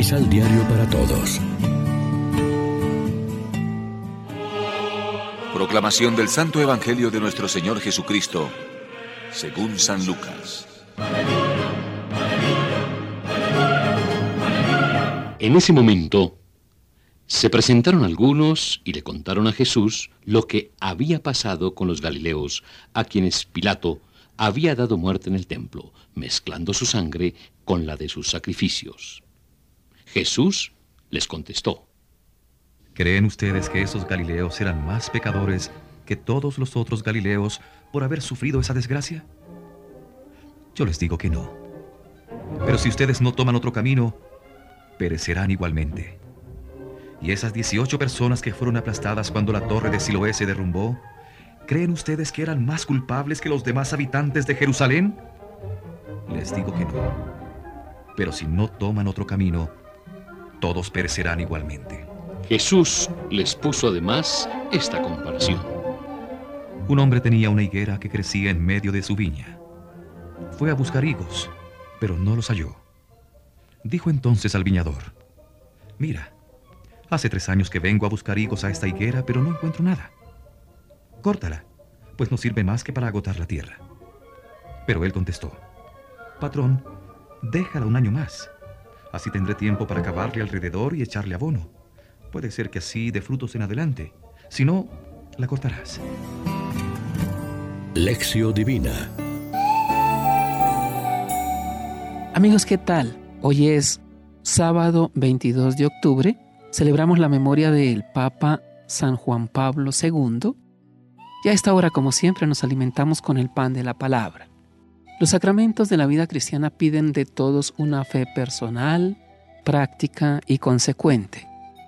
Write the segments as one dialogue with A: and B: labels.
A: Misal Diario para Todos.
B: Proclamación del Santo Evangelio de nuestro Señor Jesucristo, según San Lucas.
C: En ese momento, se presentaron algunos y le contaron a Jesús lo que había pasado con los galileos, a quienes Pilato había dado muerte en el templo, mezclando su sangre con la de sus sacrificios. Jesús les contestó:
D: ¿Creen ustedes que esos galileos eran más pecadores que todos los otros galileos por haber sufrido esa desgracia? Yo les digo que no. Pero si ustedes no toman otro camino, perecerán igualmente. Y esas 18 personas que fueron aplastadas cuando la torre de Siloé se derrumbó, ¿creen ustedes que eran más culpables que los demás habitantes de Jerusalén? Les digo que no. Pero si no toman otro camino, todos perecerán igualmente.
C: Jesús les puso además esta comparación.
D: Un hombre tenía una higuera que crecía en medio de su viña. Fue a buscar higos, pero no los halló. Dijo entonces al viñador: mira, hace 3 años que vengo a buscar higos a esta higuera, pero no encuentro nada. Córtala, pues no sirve más que para agotar la tierra. Pero él contestó: patrón, déjala un año más. Así tendré tiempo para cavarle alrededor y echarle abono. Puede ser que así dé frutos en adelante. Si no, la cortarás.
A: Lección Divina.
E: Amigos, ¿qué tal? Hoy es sábado 22 de octubre. Celebramos la memoria del Papa San Juan Pablo II. Y a esta hora, como siempre, nos alimentamos con el pan de la palabra. Los sacramentos de la vida cristiana piden de todos una fe personal, práctica y consecuente.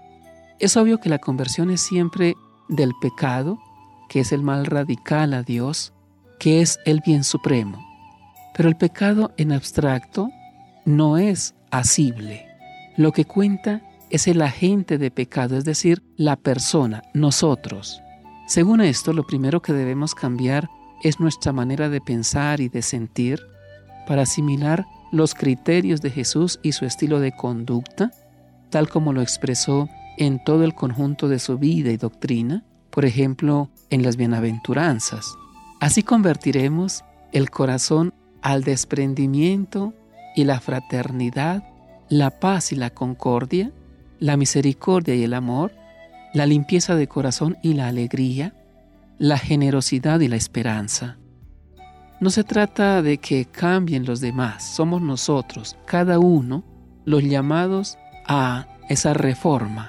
E: Es obvio que la conversión es siempre del pecado, que es el mal radical a Dios, que es el bien supremo. Pero el pecado en abstracto no es asible. Lo que cuenta es el agente de pecado, es decir, la persona, nosotros. Según esto, lo primero que debemos cambiar es nuestra manera de pensar y de sentir para asimilar los criterios de Jesús y su estilo de conducta, tal como lo expresó en todo el conjunto de su vida y doctrina, por ejemplo, en las bienaventuranzas. Así convertiremos el corazón al desprendimiento y la fraternidad, la paz y la concordia, la misericordia y el amor, la limpieza de corazón y la alegría, la generosidad y la esperanza. No se trata de que cambien los demás, somos nosotros, cada uno, los llamados a esa reforma.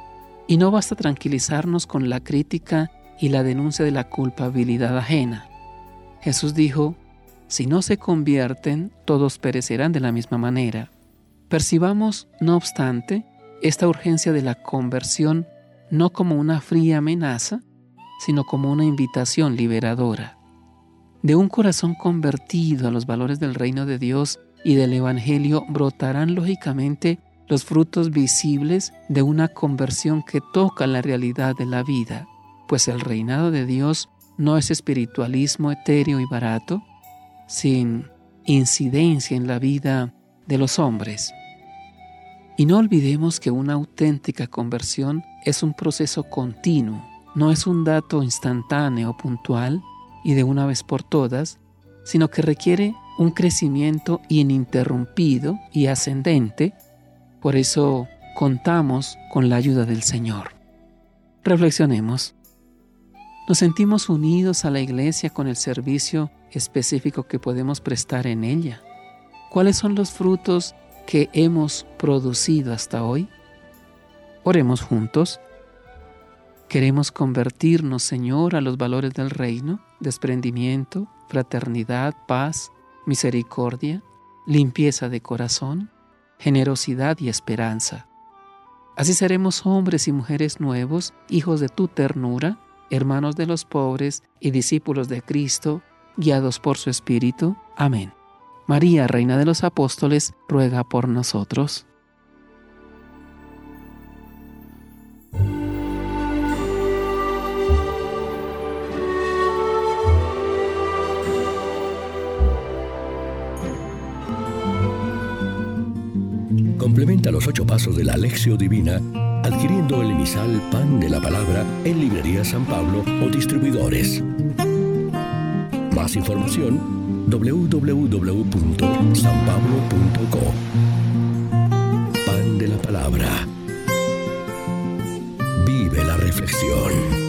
E: Y no basta tranquilizarnos con la crítica y la denuncia de la culpabilidad ajena. Jesús dijo: si no se convierten, todos perecerán de la misma manera. Percibamos, no obstante, esta urgencia de la conversión no como una fría amenaza, sino como una invitación liberadora. De un corazón convertido a los valores del reino de Dios y del Evangelio brotarán lógicamente los frutos visibles de una conversión que toca la realidad de la vida, pues el reinado de Dios no es espiritualismo etéreo y barato, sin incidencia en la vida de los hombres. Y no olvidemos que una auténtica conversión es un proceso continuo, no es un dato instantáneo o puntual y de una vez por todas, sino que requiere un crecimiento ininterrumpido y ascendente. Por eso contamos con la ayuda del Señor. Reflexionemos. ¿Nos sentimos unidos a la Iglesia con el servicio específico que podemos prestar en ella? ¿Cuáles son los frutos que hemos producido hasta hoy? Oremos juntos. Queremos convertirnos, Señor, a los valores del reino: desprendimiento, fraternidad, paz, misericordia, limpieza de corazón, generosidad y esperanza. Así seremos hombres y mujeres nuevos, hijos de tu ternura, hermanos de los pobres y discípulos de Cristo, guiados por su Espíritu. Amén. María, Reina de los Apóstoles, ruega por nosotros.
A: Complementa los 8 pasos de la Lectio Divina adquiriendo el emisal Pan de la Palabra en Librería San Pablo o distribuidores. Más información www.sanpablo.co. Pan de la Palabra. Vive la reflexión.